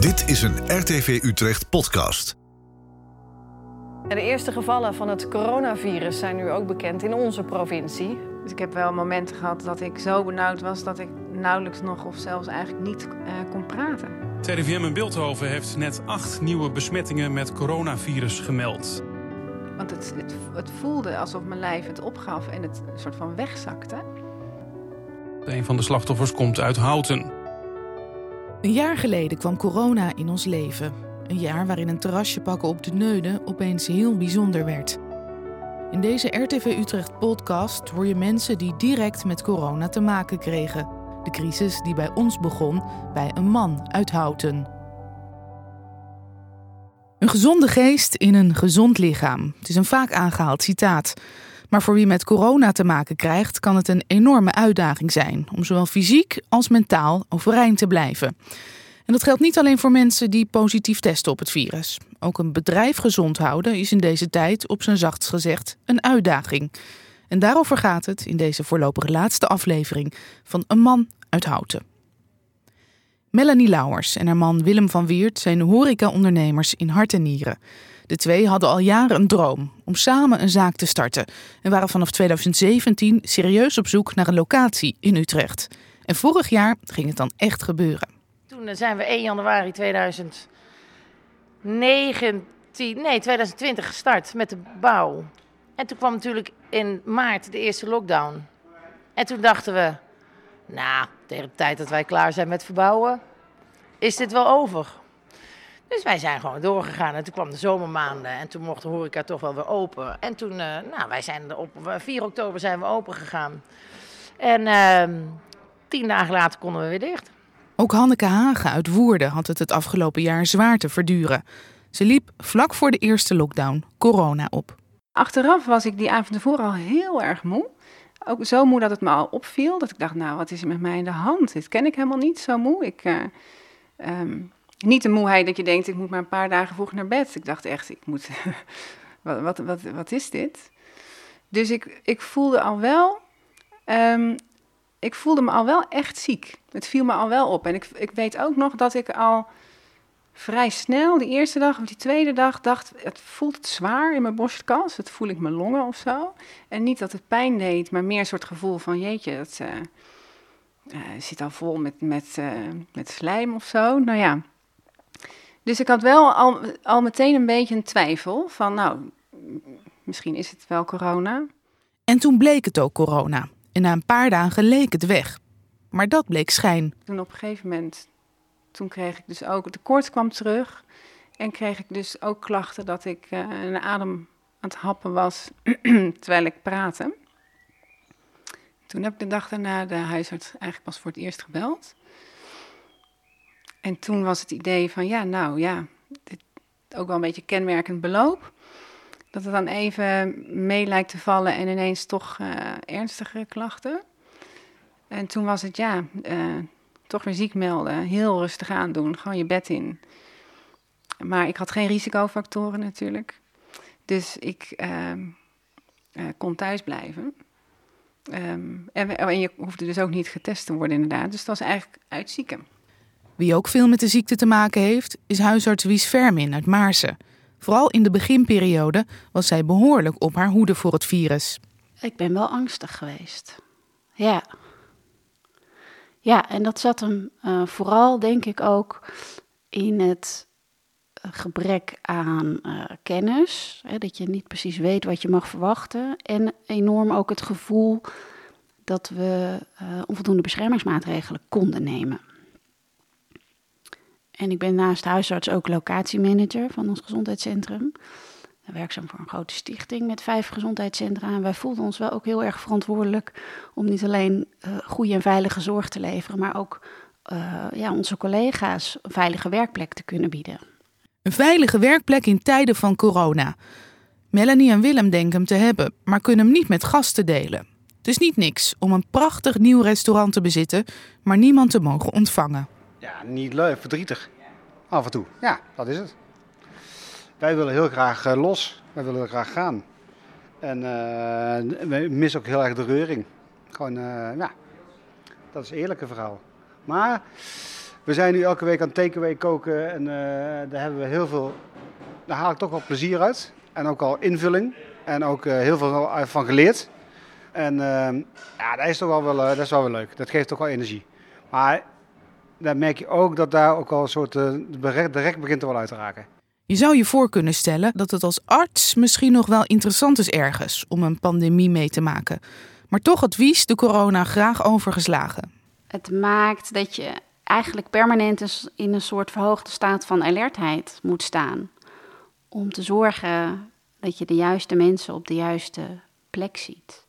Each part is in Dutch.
Dit is een RTV Utrecht podcast. De eerste gevallen van het coronavirus zijn nu ook bekend in onze provincie. Dus ik heb wel momenten gehad dat ik zo benauwd was dat ik nauwelijks nog of zelfs eigenlijk niet kon praten. Het RIVM in Bilthoven heeft net 8 nieuwe besmettingen met coronavirus gemeld. Want het voelde alsof mijn lijf het opgaf en het een soort van wegzakte. Een van de slachtoffers komt uit Houten. Een jaar geleden kwam corona in ons leven. Een jaar waarin een terrasje pakken op de Neude opeens heel bijzonder werd. In deze RTV Utrecht podcast hoor je mensen die direct met corona te maken kregen. De crisis die bij ons begon bij een man uit Houten. Een gezonde geest in een gezond lichaam. Het is een vaak aangehaald citaat. Maar voor wie met corona te maken krijgt, kan het een enorme uitdaging zijn om zowel fysiek als mentaal overeind te blijven. En dat geldt niet alleen voor mensen die positief testen op het virus. Ook een bedrijf gezond houden is in deze tijd, op zijn zachtst gezegd, een uitdaging. En daarover gaat het in deze voorlopig laatste aflevering van Een man uit Houten. Melanie Lauwers en haar man Willem van Weert zijn horeca-ondernemers in hart en nieren. De twee hadden al jaren een droom om samen een zaak te starten en waren vanaf 2017 serieus op zoek naar een locatie in Utrecht. En vorig jaar ging het dan echt gebeuren. Toen zijn we 1 januari 2020 gestart met de bouw. En toen kwam natuurlijk in maart de eerste lockdown. En toen dachten we, tegen de tijd dat wij klaar zijn met verbouwen, is dit wel over. Dus wij zijn gewoon doorgegaan en toen kwam de zomermaanden en toen mocht de horeca toch wel weer open. En toen, wij zijn op 4 oktober zijn we open gegaan. En 10 dagen later konden we weer dicht. Ook Hanneke Hagen uit Woerden had het afgelopen jaar zwaar te verduren. Ze liep vlak voor de eerste lockdown corona op. Achteraf was ik die avond ervoor al heel erg moe. Ook zo moe dat het me al opviel. Dat ik dacht, wat is er met mij in de hand? Dit ken ik helemaal niet, zo moe. Niet de moeheid dat je denkt, ik moet maar een paar dagen vroeg naar bed. Ik dacht echt, ik moet... wat is dit? Dus ik voelde al wel... ik voelde me al wel echt ziek. Het viel me al wel op. En ik weet ook nog dat ik al vrij snel, die eerste dag of die tweede dag, dacht, het voelt zwaar in mijn borstkas. Het voel ik mijn longen of zo. En niet dat het pijn deed, maar meer een soort gevoel van, jeetje, het zit al vol met slijm of zo. Nou ja. Dus ik had wel al meteen een beetje een twijfel van, misschien is het wel corona. En toen bleek het ook corona. En na een paar dagen leek het weg. Maar dat bleek schijn. Toen op een gegeven moment, kreeg ik dus ook, de koorts kwam terug. En kreeg ik dus ook klachten dat ik een adem aan het happen was terwijl ik praatte. Toen heb ik de dag daarna de huisarts eigenlijk pas voor het eerst gebeld. En toen was het idee van, dit ook wel een beetje kenmerkend beloop. Dat het dan even mee lijkt te vallen en ineens toch ernstige klachten. En toen was het toch weer ziek melden, heel rustig aandoen, gewoon je bed in. Maar ik had geen risicofactoren natuurlijk. Dus ik kon thuis blijven. En je hoefde dus ook niet getest te worden inderdaad. Dus het was eigenlijk uitzieken. Wie ook veel met de ziekte te maken heeft, is huisarts Wies Vermin uit Maarsen. Vooral in de beginperiode was zij behoorlijk op haar hoede voor het virus. Ik ben wel angstig geweest. Ja. Ja, en dat zat hem vooral, denk ik, ook in het gebrek aan kennis. Hè, dat je niet precies weet wat je mag verwachten. En enorm ook het gevoel dat we onvoldoende beschermingsmaatregelen konden nemen. En ik ben naast huisarts ook locatiemanager van ons gezondheidscentrum. Werkzaam voor een grote stichting met 5 gezondheidscentra. En wij voelden ons wel ook heel erg verantwoordelijk om niet alleen goede en veilige zorg te leveren, maar ook onze collega's een veilige werkplek te kunnen bieden. Een veilige werkplek in tijden van corona. Melanie en Willem denken hem te hebben, maar kunnen hem niet met gasten delen. Het is niet niks om een prachtig nieuw restaurant te bezitten, maar niemand te mogen ontvangen. Ja, niet leuk, verdrietig. Af en toe, ja, dat is het. Wij willen heel graag los, wij willen graag gaan. En we missen ook heel erg de reuring. Gewoon, dat is een eerlijke verhaal. Maar We zijn nu elke week aan takeaway koken en daar hebben we heel veel, daar haal ik toch wel plezier uit. En ook al invulling en ook heel veel van geleerd. En dat is toch dat is wel weer leuk. Dat geeft toch wel energie. Maar dan merk je ook dat daar ook al een soort, de rek begint er wel uit te raken. Je zou je voor kunnen stellen dat het als arts misschien nog wel interessant is ergens om een pandemie mee te maken. Maar toch advies de corona graag overgeslagen. Het maakt dat je eigenlijk permanent in een soort verhoogde staat van alertheid moet staan. Om te zorgen dat je de juiste mensen op de juiste plek ziet.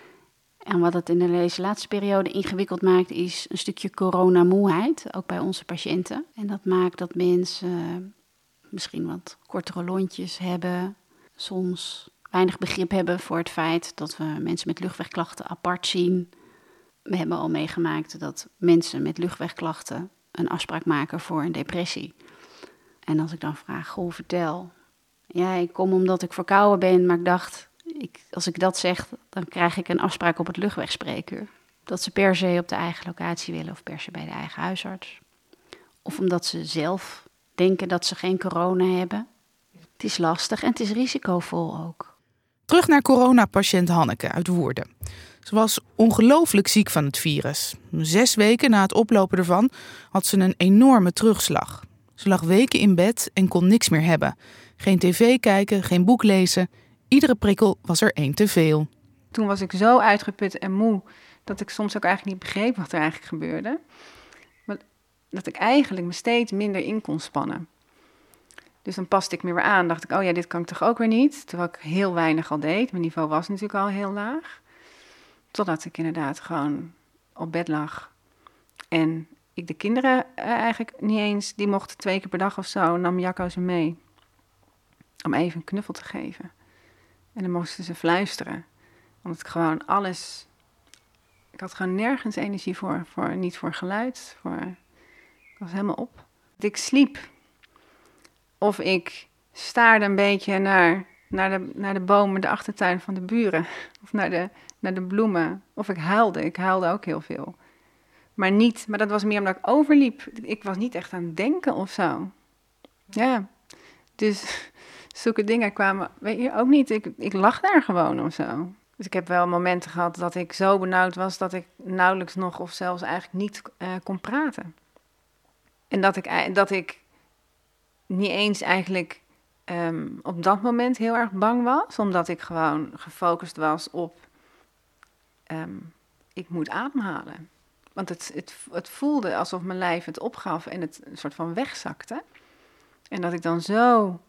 En wat het in deze laatste periode ingewikkeld maakt, is een stukje coronamoeheid, ook bij onze patiënten. En dat maakt dat mensen misschien wat kortere lontjes hebben, soms weinig begrip hebben voor het feit dat we mensen met luchtwegklachten apart zien. We hebben al meegemaakt dat mensen met luchtwegklachten een afspraak maken voor een depressie. En als ik dan vraag, goh, vertel. Ja, ik kom omdat ik verkouden ben, maar ik dacht, als ik dat zeg, dan krijg ik een afspraak op het luchtwegspreekuur. Dat ze per se op de eigen locatie willen of per se bij de eigen huisarts. Of omdat ze zelf denken dat ze geen corona hebben. Het is lastig en het is risicovol ook. Terug naar coronapatiënt Hanneke uit Woerden. Ze was ongelooflijk ziek van het virus. 6 weken na het oplopen ervan had ze een enorme terugslag. Ze lag weken in bed en kon niks meer hebben. Geen tv kijken, geen boek lezen. Iedere prikkel was er 1 te veel. Toen was ik zo uitgeput en moe dat ik soms ook eigenlijk niet begreep wat er eigenlijk gebeurde. Maar dat ik eigenlijk me steeds minder in kon spannen. Dus dan paste ik me weer aan. Dacht ik, oh ja, dit kan ik toch ook weer niet. Terwijl ik heel weinig al deed. Mijn niveau was natuurlijk al heel laag. Totdat ik inderdaad gewoon op bed lag. En ik de kinderen eigenlijk niet eens, die mochten 2 keer per dag of zo, nam Jacco ze mee. Om even een knuffel te geven. En dan moesten ze fluisteren. Omdat ik gewoon alles, ik had gewoon nergens energie voor niet voor geluid. Ik was helemaal op. Ik sliep. Of ik staarde een beetje naar de bomen, de achtertuin van de buren. Of naar de bloemen. Of ik huilde. Ik huilde ook heel veel. Maar dat was meer omdat ik overliep. Ik was niet echt aan het denken of zo. Ja, dus zulke dingen kwamen, weet je, ook niet. Ik lag daar gewoon of zo. Dus ik heb wel momenten gehad dat ik zo benauwd was dat ik nauwelijks nog of zelfs eigenlijk niet kon praten. En dat ik niet eens eigenlijk op dat moment heel erg bang was, omdat ik gewoon gefocust was op ik moet ademhalen. Want het voelde alsof mijn lijf het opgaf en het een soort van wegzakte. En dat ik dan zo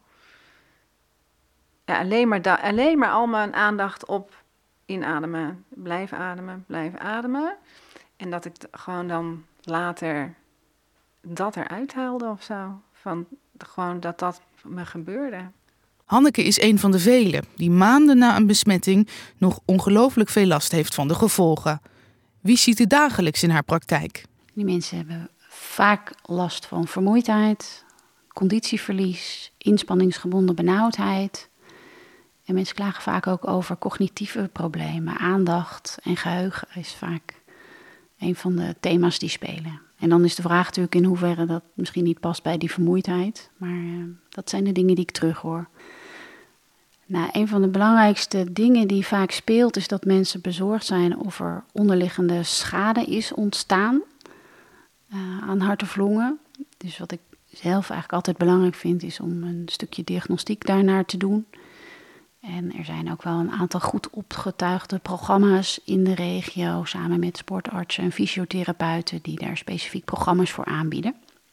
alleen maar al mijn aandacht op inademen, blijven ademen. En dat ik gewoon dan later dat eruit haalde of zo. Van gewoon dat me gebeurde. Hanneke is een van de velen die maanden na een besmetting nog ongelooflijk veel last heeft van de gevolgen. Wie ziet het dagelijks in haar praktijk? Die mensen hebben vaak last van vermoeidheid, conditieverlies, inspanningsgebonden benauwdheid. En mensen klagen vaak ook over cognitieve problemen. Aandacht en geheugen is vaak een van de thema's die spelen. En dan is de vraag natuurlijk in hoeverre dat misschien niet past bij die vermoeidheid. Maar dat zijn de dingen die ik terughoor. Nou, een van de belangrijkste dingen die vaak speelt is dat mensen bezorgd zijn of er onderliggende schade is ontstaan aan hart of longen. Dus wat ik zelf eigenlijk altijd belangrijk vind is om een stukje diagnostiek daarnaar te doen. En er zijn ook wel een aantal goed opgetuigde programma's in de regio, samen met sportartsen en fysiotherapeuten, die daar specifiek programma's voor aanbieden.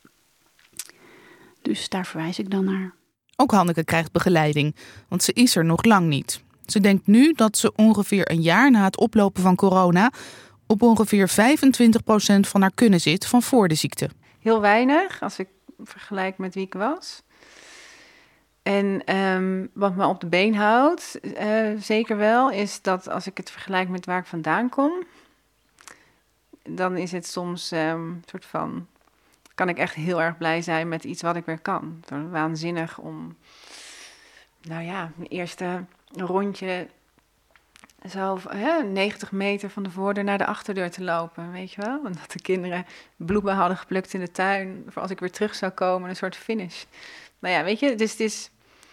Dus daar verwijs ik dan naar. Ook Hanneke krijgt begeleiding, want ze is er nog lang niet. Ze denkt nu dat ze ongeveer een jaar na het oplopen van corona op ongeveer 25% van haar kunnen zit van voor de ziekte. Heel weinig, als ik vergelijk met wie ik was. En wat me op de been houdt, zeker wel, is dat als ik het vergelijk met waar ik vandaan kom, dan is het soms soort van, kan ik echt heel erg blij zijn met iets wat ik weer kan. Waanzinnig om, mijn eerste rondje zo 90 meter van de voordeur naar de achterdeur te lopen, weet je wel? En dat de kinderen bloemen hadden geplukt in de tuin, voor als ik weer terug zou komen, een soort finish. Nou ja, weet je, dus het is...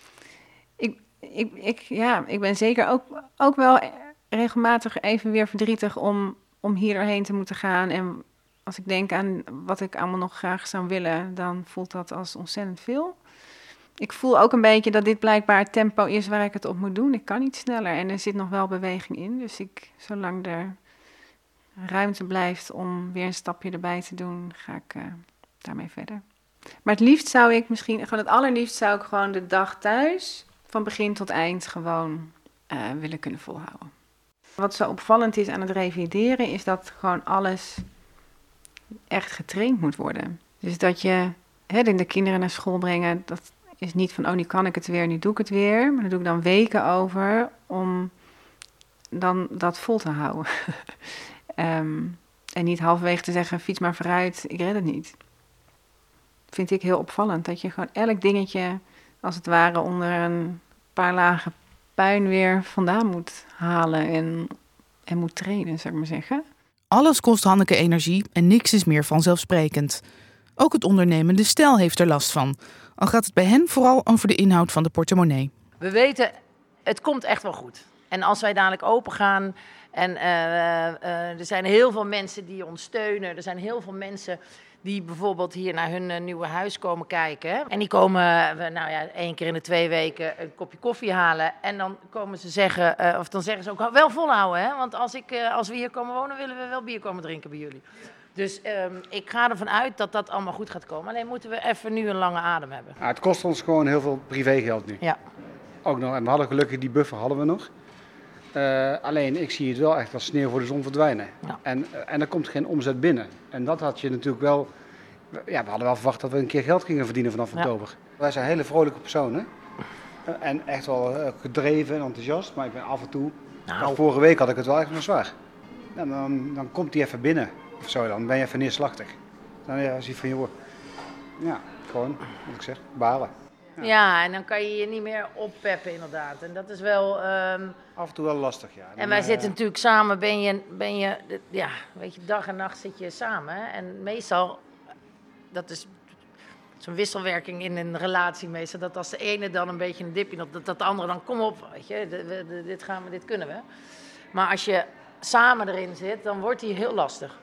Ik ben zeker ook wel regelmatig even weer verdrietig om hier doorheen te moeten gaan. En als ik denk aan wat ik allemaal nog graag zou willen, dan voelt dat als ontzettend veel. Ik voel ook een beetje dat dit blijkbaar het tempo is waar ik het op moet doen. Ik kan niet sneller en er zit nog wel beweging in. Dus zolang er ruimte blijft om weer een stapje erbij te doen, ga ik daarmee verder. Maar het liefst zou ik het allerliefst zou ik gewoon de dag thuis van begin tot eind gewoon willen kunnen volhouden. Wat zo opvallend is aan het revalideren is dat gewoon alles echt getraind moet worden. Dus dat je de kinderen naar school brengen, dat is niet van nu kan ik het weer, nu doe ik het weer. Maar daar doe ik dan weken over om dan dat vol te houden. En niet halverwege te zeggen, fiets maar vooruit, ik red het niet. Vind ik heel opvallend, dat je gewoon elk dingetje als het ware onder een paar lagen puin weer vandaan moet halen en moet trainen, zou ik maar zeggen. Alles kost Hanneke energie en niks is meer vanzelfsprekend. Ook het ondernemende stel heeft er last van. Al gaat het bij hen vooral over de inhoud van de portemonnee. We weten, het komt echt wel goed. En als wij dadelijk open gaan en er zijn heel veel mensen die ons steunen. Er zijn heel veel mensen die bijvoorbeeld hier naar hun nieuwe huis komen kijken. En die komen 1 keer in de 2 weken een kopje koffie halen. En dan komen ze zeggen, of dan zeggen ze ook wel volhouden. Hè? Want als we hier komen wonen, willen we wel bier komen drinken bij jullie. Dus ik ga ervan uit dat dat allemaal goed gaat komen. Alleen moeten we even nu een lange adem hebben. Ja, het kost ons gewoon heel veel privégeld nu. Ja. Ook nog, en we hadden gelukkig die buffer hadden we nog. Alleen ik zie het wel echt als sneeuw voor de zon verdwijnen. Ja. En er komt geen omzet binnen. En dat had je natuurlijk wel... Ja, we hadden wel verwacht dat we een keer geld gingen verdienen vanaf oktober. Wij zijn hele vrolijke personen. En echt wel gedreven en enthousiast. Maar ik ben af en toe... Vorige week had ik het wel echt wel zwaar. En dan komt die even binnen. Of zo, dan ben je even neerslachtig. Dan zie je van, joh... Ja, gewoon, wat ik zeg, balen. Ja, en dan kan je je niet meer oppeppen inderdaad. En dat is wel... Af en toe wel lastig, ja. En wij zitten natuurlijk samen, weet je, dag en nacht zit je samen. Hè? En meestal, dat is zo'n wisselwerking in een relatie meestal, dat als de ene dan een beetje een dipje, dat de andere dan, kom op, weet je, dit kunnen we. Maar als je samen erin zit, dan wordt die heel lastig.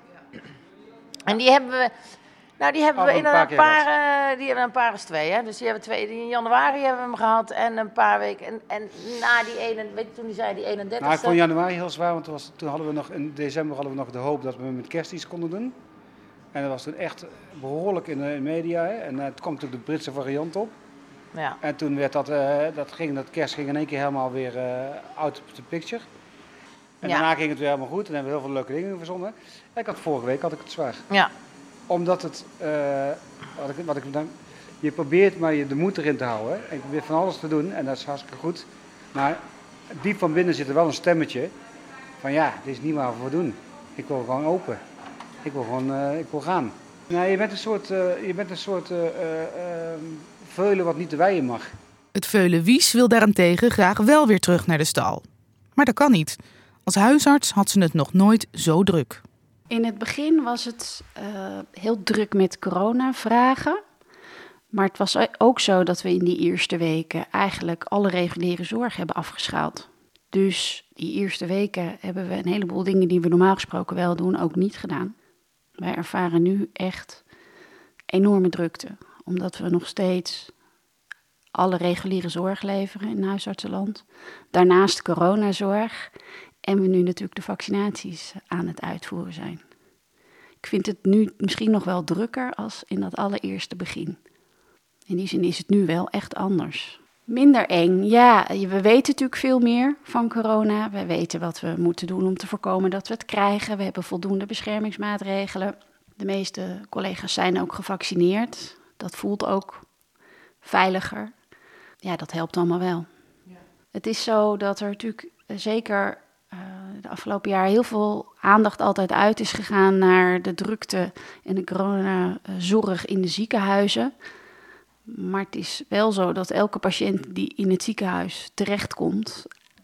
En die hebben we... Nou, die hebben we inderdaad een paar als 2. Hè? Dus die hebben 2. In januari hebben we hem gehad en een paar weken. En na die ene, weet je toen die zei, die 31ste. Nou, ik vond januari heel zwaar, want toen hadden we nog, in december hadden we nog de hoop dat we met kerst iets konden doen. En dat was toen echt behoorlijk in de media. Hè? En toen kwam natuurlijk de Britse variant op. Ja. En toen werd dat kerst ging in één keer helemaal weer out of the picture. En daarna ging het weer helemaal goed en hebben we heel veel leuke dingen verzonnen. En vorige week had ik het zwaar. Ja. Omdat het, je probeert maar de moed erin te houden. Hè? Ik probeer van alles te doen en dat is hartstikke goed. Maar diep van binnen zit er wel een stemmetje van ja, dit is niet waar we doen. Ik wil gewoon open. Ik wil gaan. Nou, je bent een soort veulen wat niet te weien mag. Het veulen Wies wil daarentegen graag wel weer terug naar de stal. Maar dat kan niet. Als huisarts had ze het nog nooit zo druk. In het begin was het heel druk met coronavragen. Maar het was ook zo dat we in die eerste weken eigenlijk alle reguliere zorg hebben afgeschaald. Dus die eerste weken hebben we een heleboel dingen die we normaal gesproken wel doen, ook niet gedaan. Wij ervaren nu echt enorme drukte. Omdat we nog steeds alle reguliere zorg leveren in huisartsenland. Daarnaast coronazorg. En we nu natuurlijk de vaccinaties aan het uitvoeren zijn. Ik vind het nu misschien nog wel drukker als in dat allereerste begin. In die zin is het nu wel echt anders. Minder eng. Ja, we weten natuurlijk veel meer van corona. We weten wat we moeten doen om te voorkomen dat we het krijgen. We hebben voldoende beschermingsmaatregelen. De meeste collega's zijn ook gevaccineerd. Dat voelt ook veiliger. Ja, dat helpt allemaal wel. Ja. Het is zo dat er natuurlijk zeker de afgelopen jaar heel veel aandacht altijd uit is gegaan naar de drukte en de coronazorg in de ziekenhuizen. Maar het is wel zo dat elke patiënt die in het ziekenhuis terechtkomt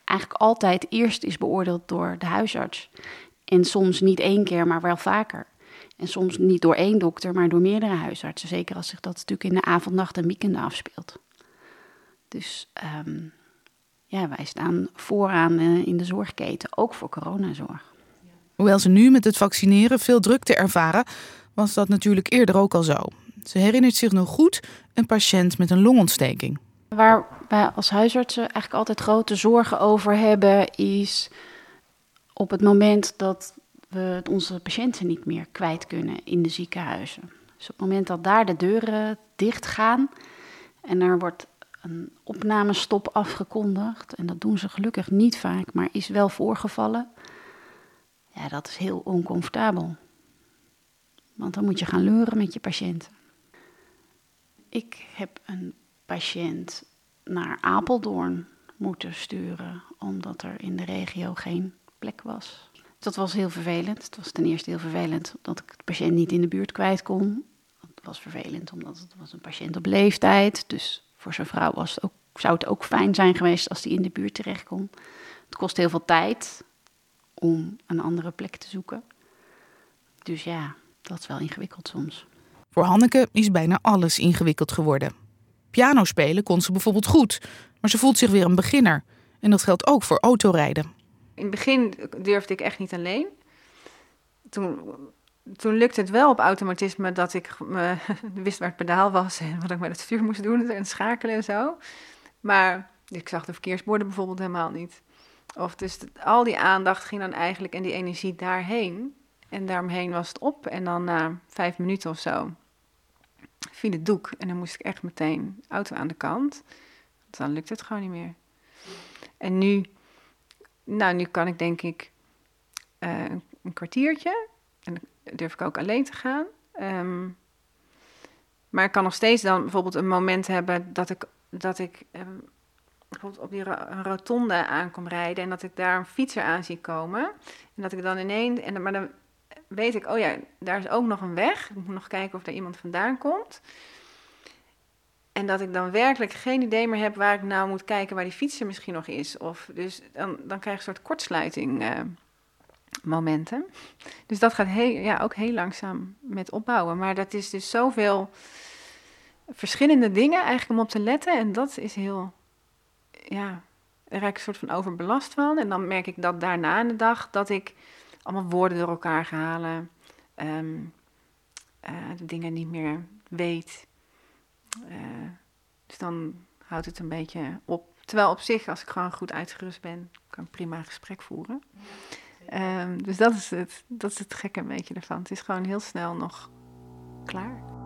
eigenlijk altijd eerst is beoordeeld door de huisarts. En soms niet 1 keer, maar wel vaker. En soms niet door 1 dokter, maar door meerdere huisartsen. Zeker als zich dat natuurlijk in de avond, nacht en weekenden afspeelt. Dus wij staan vooraan in de zorgketen, ook voor coronazorg. Hoewel ze nu met het vaccineren veel drukte ervaren, was dat natuurlijk eerder ook al zo. Ze herinnert zich nog goed een patiënt met een longontsteking. Waar wij als huisartsen eigenlijk altijd grote zorgen over hebben, is op het moment dat we onze patiënten niet meer kwijt kunnen in de ziekenhuizen. Dus op het moment dat daar de deuren dicht gaan en er wordt een opnamestop afgekondigd, en dat doen ze gelukkig niet vaak, maar is wel voorgevallen. Ja, dat is heel oncomfortabel. Want dan moet je gaan leuren met je patiënten. Ik heb een patiënt naar Apeldoorn moeten sturen, omdat er in de regio geen plek was. Dat was heel vervelend. Het was ten eerste heel vervelend omdat ik de patiënt niet in de buurt kwijt kon. Het was vervelend omdat het was een patiënt op leeftijd. Dus voor zijn vrouw zou het ook fijn zijn geweest als hij in de buurt terecht kon. Het kost heel veel tijd om een andere plek te zoeken. Dus ja, dat is wel ingewikkeld soms. Voor Hanneke is bijna alles ingewikkeld geworden. Piano spelen kon ze bijvoorbeeld goed, maar ze voelt zich weer een beginner. En dat geldt ook voor autorijden. In het begin durfde ik echt niet alleen. Toen lukte het wel op automatisme dat ik wist waar het pedaal was en wat ik met het stuur moest doen en schakelen en zo. Maar ik zag de verkeersborden bijvoorbeeld helemaal niet. Dus al die aandacht ging dan eigenlijk en die energie daarheen. En daaromheen was het op en dan na 5 minuten of zo viel het doek. En dan moest ik echt meteen de auto aan de kant. Want dan lukt het gewoon niet meer. En nu kan ik denk ik een kwartiertje. En dan durf ik ook alleen te gaan. Maar ik kan nog steeds dan bijvoorbeeld een moment hebben dat ik bijvoorbeeld op die rotonde aankom rijden en dat ik daar een fietser aan zie komen. En dat ik dan ineens... Maar dan weet ik, oh ja, daar is ook nog een weg. Ik moet nog kijken of er iemand vandaan komt. En dat ik dan werkelijk geen idee meer heb waar ik nou moet kijken waar die fietser misschien nog is. Dus dan krijg je een soort kortsluiting momenten. Dus dat gaat ook heel langzaam met opbouwen. Maar dat is dus zoveel verschillende dingen eigenlijk om op te letten. En dat is heel, daar raak ik een soort van overbelast van. En dan merk ik dat daarna in de dag dat ik allemaal woorden door elkaar ga halen. De dingen niet meer weet. Dus dan houdt het een beetje op. Terwijl op zich, als ik gewoon goed uitgerust ben, kan ik prima een gesprek voeren. Dus dat is het gekke een beetje ervan. Het is gewoon heel snel nog klaar.